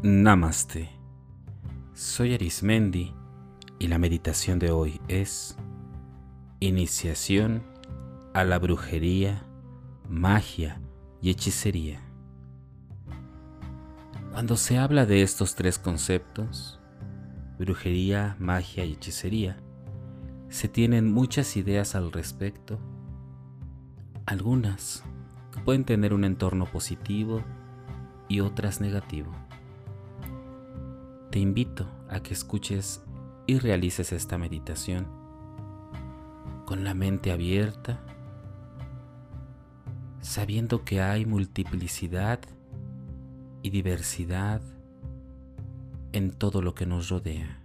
Namaste. Soy Arismendi y la meditación de hoy es Iniciación a la brujería, magia y hechicería. Cuando se habla de estos tres conceptos, brujería, magia y hechicería, se tienen muchas ideas al respecto. Algunas pueden tener un entorno positivo y otras negativo. Te invito a que escuches y realices esta meditación con la mente abierta, sabiendo que hay multiplicidad y diversidad en todo lo que nos rodea.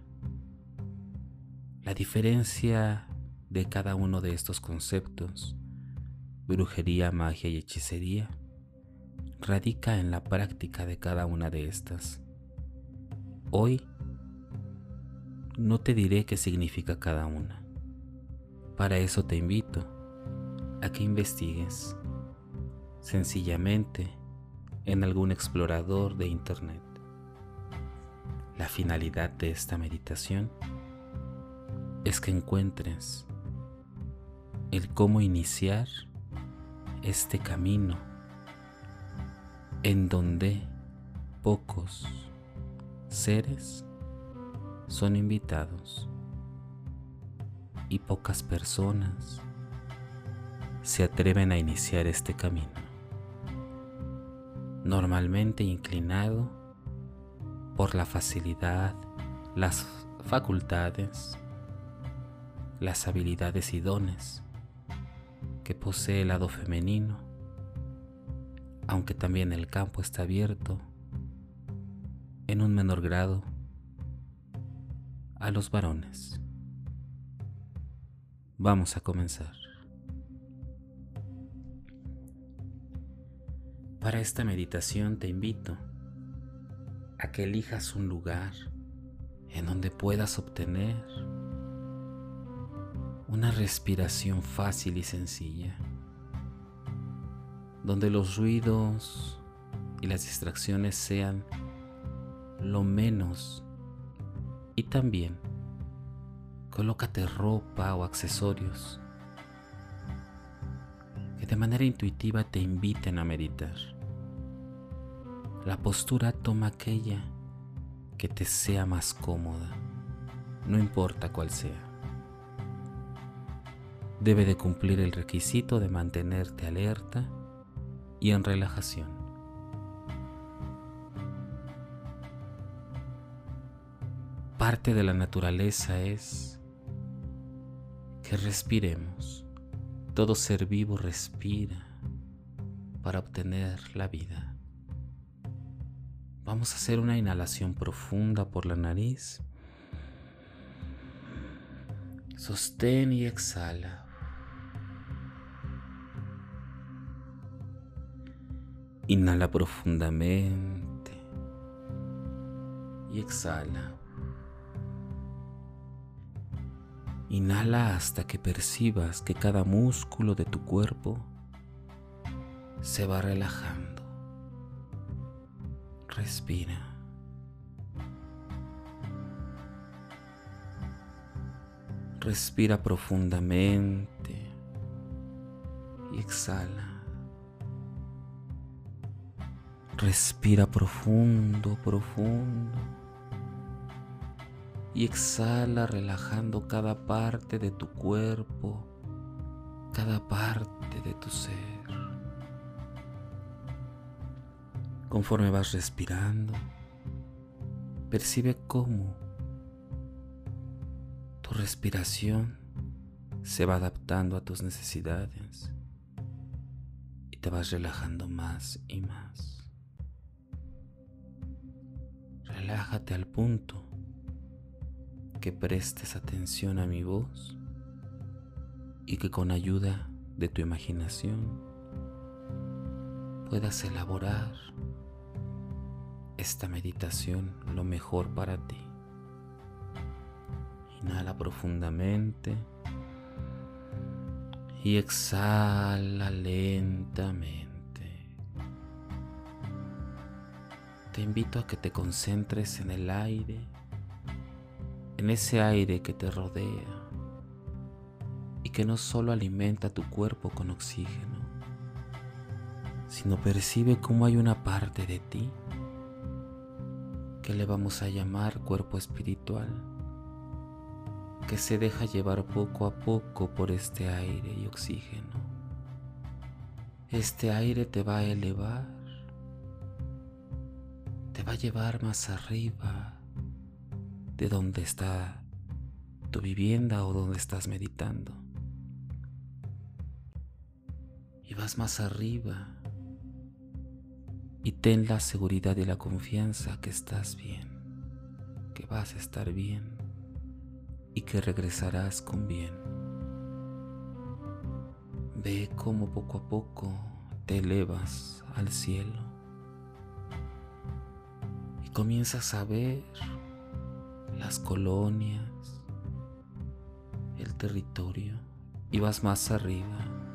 La diferencia de cada uno de estos conceptos, brujería, magia y hechicería, radica en la práctica de cada una de estas. Hoy no te diré qué significa cada una. Para eso te invito a que investigues sencillamente en algún explorador de internet. La finalidad de esta meditación es que encuentres el cómo iniciar este camino en donde pocos seres son invitados y pocas personas se atreven a iniciar este camino, normalmente inclinado por la facilidad, las facultades, las habilidades y dones que posee el lado femenino, aunque también el campo está abierto en un menor grado a los varones. Vamos a comenzar. Para esta meditación te invito a que elijas un lugar en donde puedas obtener una respiración fácil y sencilla, donde los ruidos y las distracciones sean lo menos, y también colócate ropa o accesorios que de manera intuitiva te inviten a meditar. La postura toma aquella que te sea más cómoda, no importa cuál sea. Debe de cumplir el requisito de mantenerte alerta y en relajación. Parte de la naturaleza es que respiremos. Todo ser vivo respira para obtener la vida. Vamos a hacer una inhalación profunda por la nariz. Sostén y exhala. Inhala profundamente y exhala. Inhala hasta que percibas que cada músculo de tu cuerpo se va relajando. Respira. Respira profundamente y exhala. Respira profundo, profundo. Y exhala relajando cada parte de tu cuerpo, cada parte de tu ser. Conforme vas respirando, percibe cómo tu respiración se va adaptando a tus necesidades y te vas relajando más y más. Relájate al punto que prestes atención a mi voz y que con ayuda de tu imaginación puedas elaborar esta meditación lo mejor para ti. Inhala profundamente y exhala lentamente. te invito a que te concentres en el aire, en ese aire que te rodea y que no solo alimenta tu cuerpo con oxígeno, sino percibe cómo hay una parte de ti que le vamos a llamar cuerpo espiritual, que se deja llevar poco a poco por este aire y oxígeno. Este aire te va a elevar, te va a llevar más arriba de donde está tu vivienda o donde estás meditando. Y vas más arriba y ten la seguridad y la confianza que estás bien, que vas a estar bien y que regresarás con bien. Ve cómo poco a poco te elevas al cielo y comienzas a ver las colonias, el territorio, y vas más arriba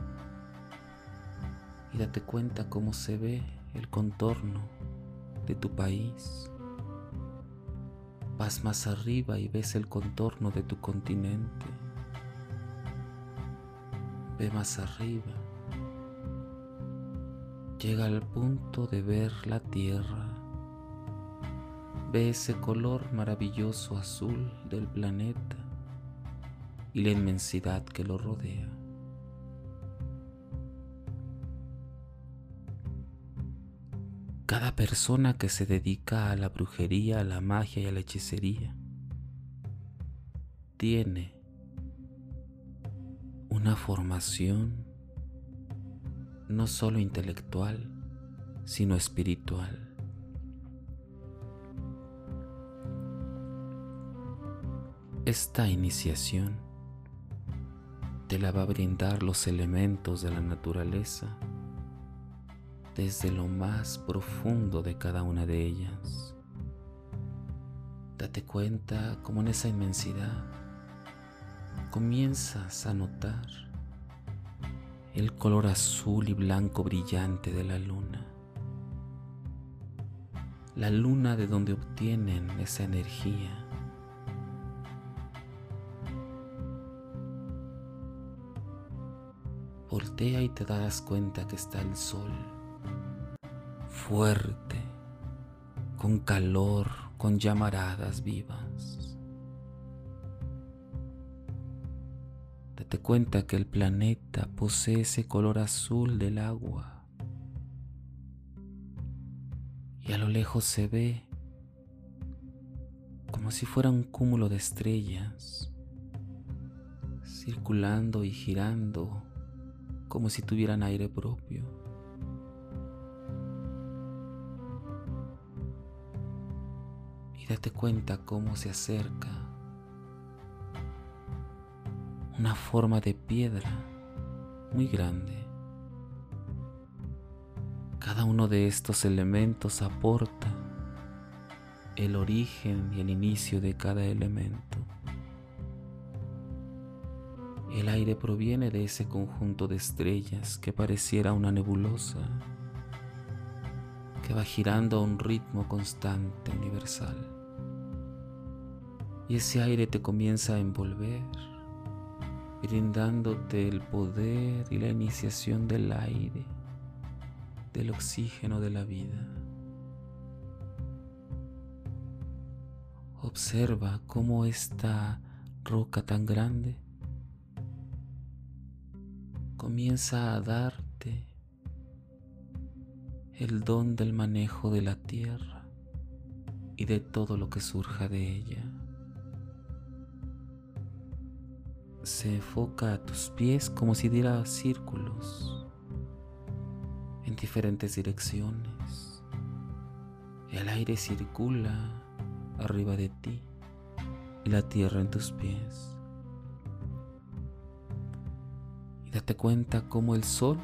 y date cuenta cómo se ve el contorno de tu país. Vas más arriba y ves el contorno de tu continente. Ve más arriba. Llega al punto de ver la tierra. Ve ese color maravilloso azul del planeta y la inmensidad que lo rodea. Cada persona que se dedica a la brujería, a la magia y a la hechicería tiene una formación no solo intelectual, sino espiritual. Esta iniciación te la va a brindar los elementos de la naturaleza desde lo más profundo de cada una de ellas. Date cuenta cómo en esa inmensidad comienzas a notar el color azul y blanco brillante de la luna. La luna de donde obtienen esa energía. Voltea y te darás cuenta que está el sol, fuerte, con calor, con llamaradas vivas. Date cuenta que el planeta posee ese color azul del agua y a lo lejos se ve como si fuera un cúmulo de estrellas circulando y girando como si tuvieran aire propio. Y date cuenta cómo se acerca una forma de piedra muy grande. Cada uno de estos elementos aporta el origen y el inicio de cada elemento. El aire proviene de ese conjunto de estrellas que pareciera una nebulosa que va girando a un ritmo constante, universal. Y ese aire te comienza a envolver, brindándote el poder y la iniciación del aire, del oxígeno de la vida. Observa cómo esta roca tan grande comienza a darte el don del manejo de la tierra y de todo lo que surja de ella. Se enfoca a tus pies como si diera círculos en diferentes direcciones. El aire circula arriba de ti y la tierra en tus pies. Y date cuenta cómo el sol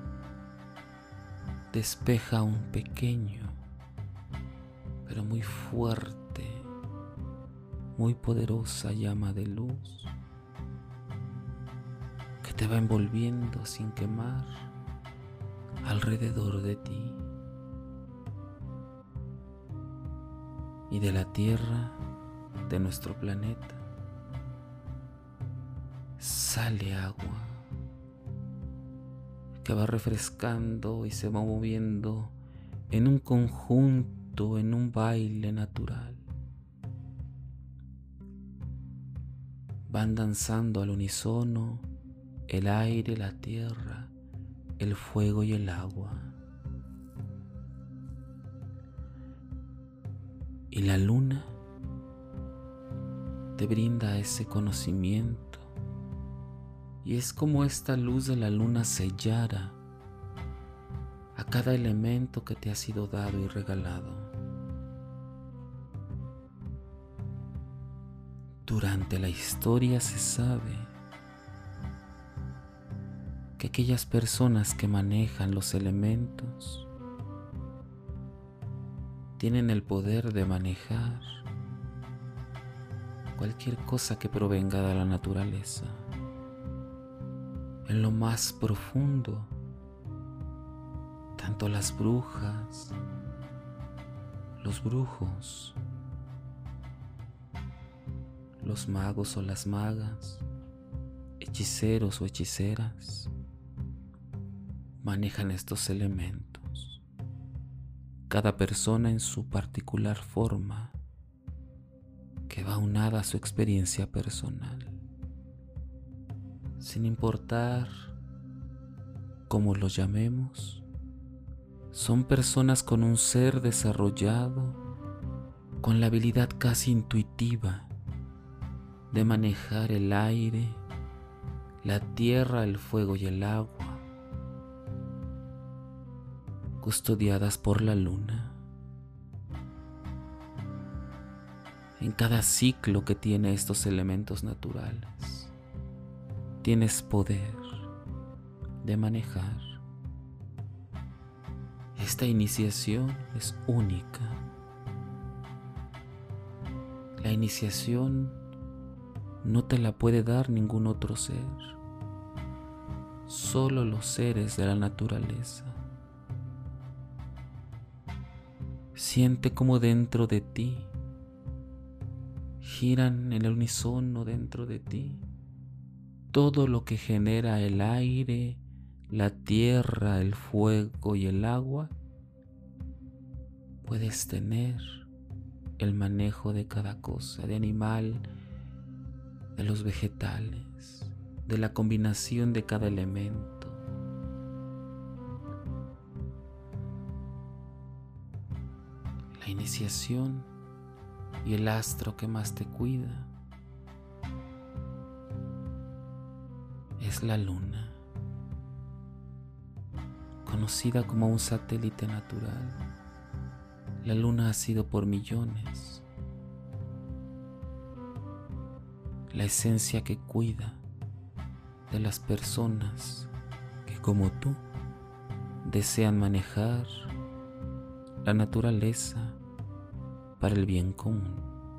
despeja un pequeño, pero muy fuerte, muy poderosa llama de luz que te va envolviendo sin quemar alrededor de ti. y de la tierra, de nuestro planeta, sale agua que va refrescando y se va moviendo en un conjunto, en un baile natural. Van danzando al unísono el aire, la tierra, el fuego y el agua. Y la luna te brinda ese conocimiento. Y es como esta luz de la luna sellara a cada elemento que te ha sido dado y regalado. Durante la historia se sabe que aquellas personas que manejan los elementos tienen el poder de manejar cualquier cosa que provenga de la naturaleza. En lo más profundo, tanto las brujas, los brujos, los magos o las magas, hechiceros o hechiceras, manejan estos elementos, cada persona en su particular forma que va unada a su experiencia personal, sin importar cómo los llamemos. Son personas con un ser desarrollado, con la habilidad casi intuitiva de manejar el aire, la tierra, el fuego y el agua, custodiadas por la luna. En cada ciclo que tiene estos elementos naturales, tienes poder de manejar. Esta iniciación es única. La iniciación no te la puede dar ningún otro ser, solo los seres de la naturaleza. Siente como dentro de ti giran en el unísono dentro de ti todo lo que genera el aire, la tierra, el fuego y el agua. Puedes tener el manejo de cada cosa, de animal, de los vegetales, de la combinación de cada elemento. La iniciación y el astro que más te cuida es la luna, conocida como un satélite natural. La luna ha sido por millones la esencia que cuida de las personas que, como tú, desean manejar la naturaleza para el bien común.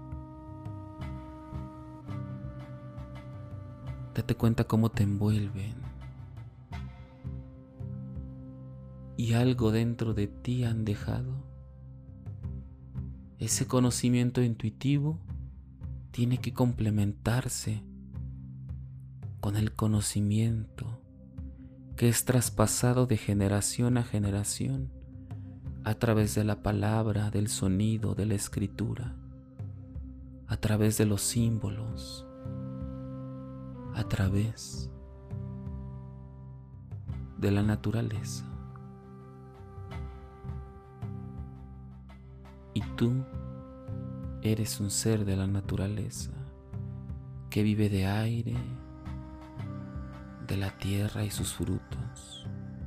Date cuenta cómo te envuelven y algo dentro de ti han dejado. Ese conocimiento intuitivo tiene que complementarse con el conocimiento que es traspasado de generación a generación a través de la palabra, del sonido, de la escritura, a través de los símbolos, a través de la naturaleza. Y tú eres un ser de la naturaleza que vive de aire, de la tierra y sus frutos,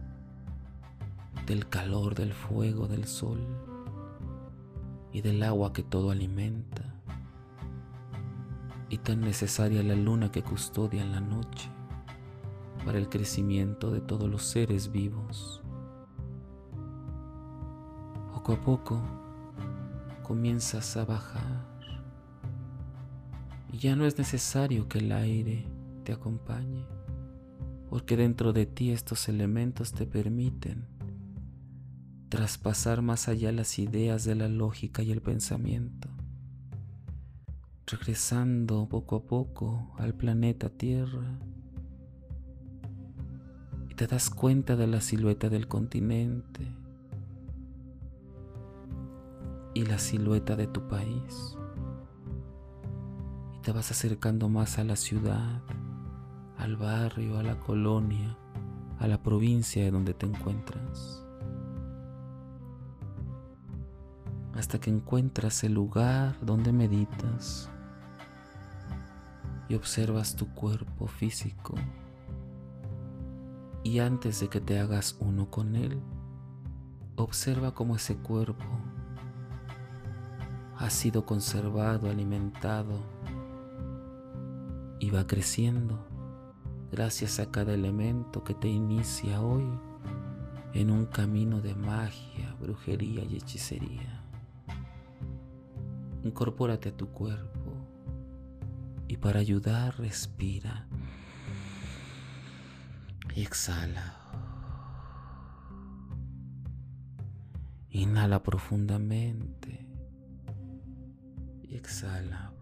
del calor, del fuego, del sol y del agua que todo alimenta, y tan necesaria la luna que custodia en la noche para el crecimiento de todos los seres vivos. Poco a poco comienzas a bajar y ya no es necesario que el aire te acompañe, porque dentro de ti estos elementos te permiten traspasar más allá las ideas de la lógica y el pensamiento, regresando poco a poco al planeta Tierra, y te das cuenta de la silueta del continente y la silueta de tu país, y te vas acercando más a la ciudad, al barrio, a la colonia, a la provincia de donde te encuentras, hasta que encuentras el lugar donde meditas y observas tu cuerpo físico. Y antes de que te hagas uno con él, observa cómo ese cuerpo ha sido conservado, alimentado y va creciendo gracias a cada elemento que te inicia hoy en un camino de magia, brujería y hechicería. Incorpórate a tu cuerpo y para ayudar respira y exhala. Inhala profundamente y exhala.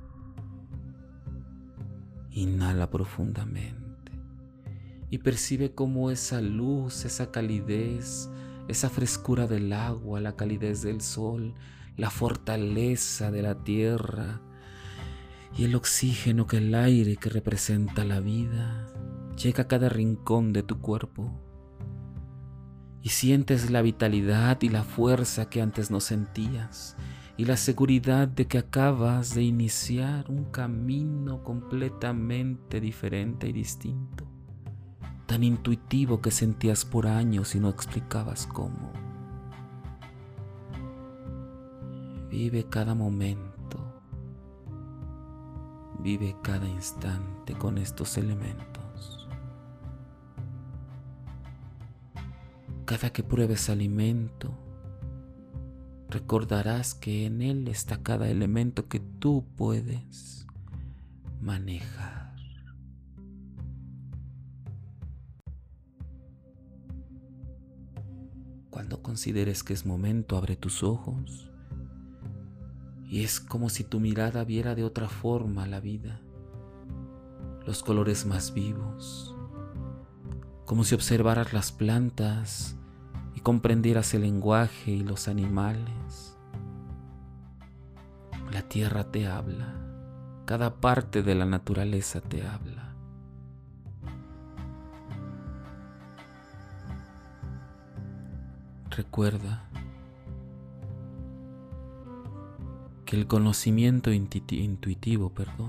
Inhala profundamente y percibe cómo esa luz, esa calidez, esa frescura del agua, la calidez del sol, la fortaleza de la tierra y el oxígeno que el aire que representa la vida llega a cada rincón de tu cuerpo y sientes la vitalidad y la fuerza que antes no sentías y la seguridad de que acabas de iniciar un camino completamente diferente y distinto, tan intuitivo que sentías por años y no explicabas cómo. Vive cada momento, vive cada instante con estos elementos. Cada que pruebes alimento, recordarás que en él está cada elemento que tú puedes manejar. Cuando consideres que es momento, abre tus ojos y es como si tu mirada viera de otra forma la vida, los colores más vivos, como si observaras las plantas y comprendieras el lenguaje y los animales. La tierra te habla, cada parte de la naturaleza te habla. Recuerda que el conocimiento intuitivo,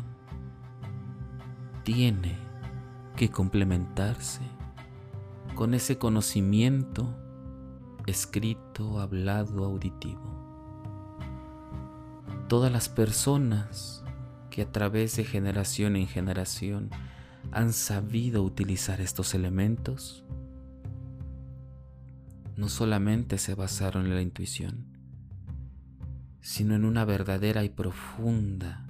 tiene que complementarse con ese conocimiento escrito, hablado, auditivo. Todas las personas que a través de generación en generación han sabido utilizar estos elementos, no solamente se basaron en la intuición, sino en una verdadera y profunda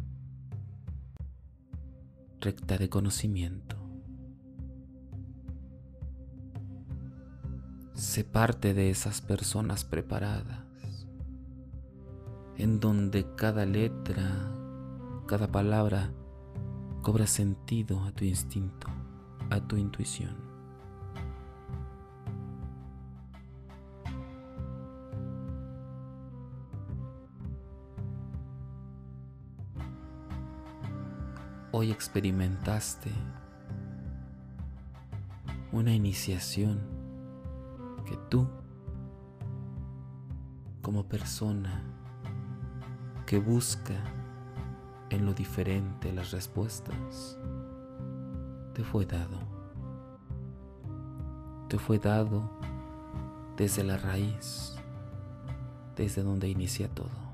recta de conocimiento. Sé parte de esas personas preparadas, en donde cada letra, cada palabra cobra sentido a tu instinto, a tu intuición. Hoy experimentaste una iniciación que tú, como persona que busca en lo diferente las respuestas, te fue dado. Te fue dado desde la raíz, desde donde inicia todo.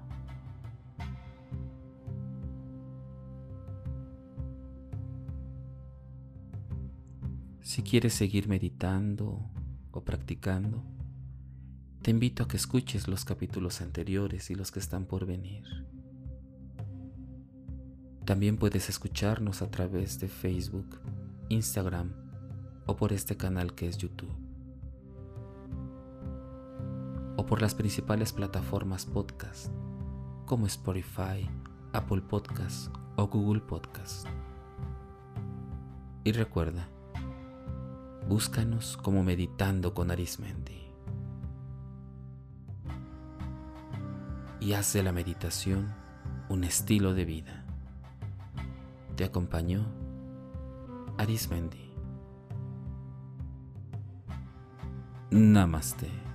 Si quieres seguir meditando o practicando, te invito a que escuches los capítulos anteriores y los que están por venir. También puedes escucharnos a través de Facebook, Instagram o por este canal que es YouTube. o por las principales plataformas podcast como Spotify, Apple Podcast o Google Podcast. Y recuerda, búscanos como Meditando con Arismendi y haz de la meditación un estilo de vida. Te acompañó Arismendi. Namaste.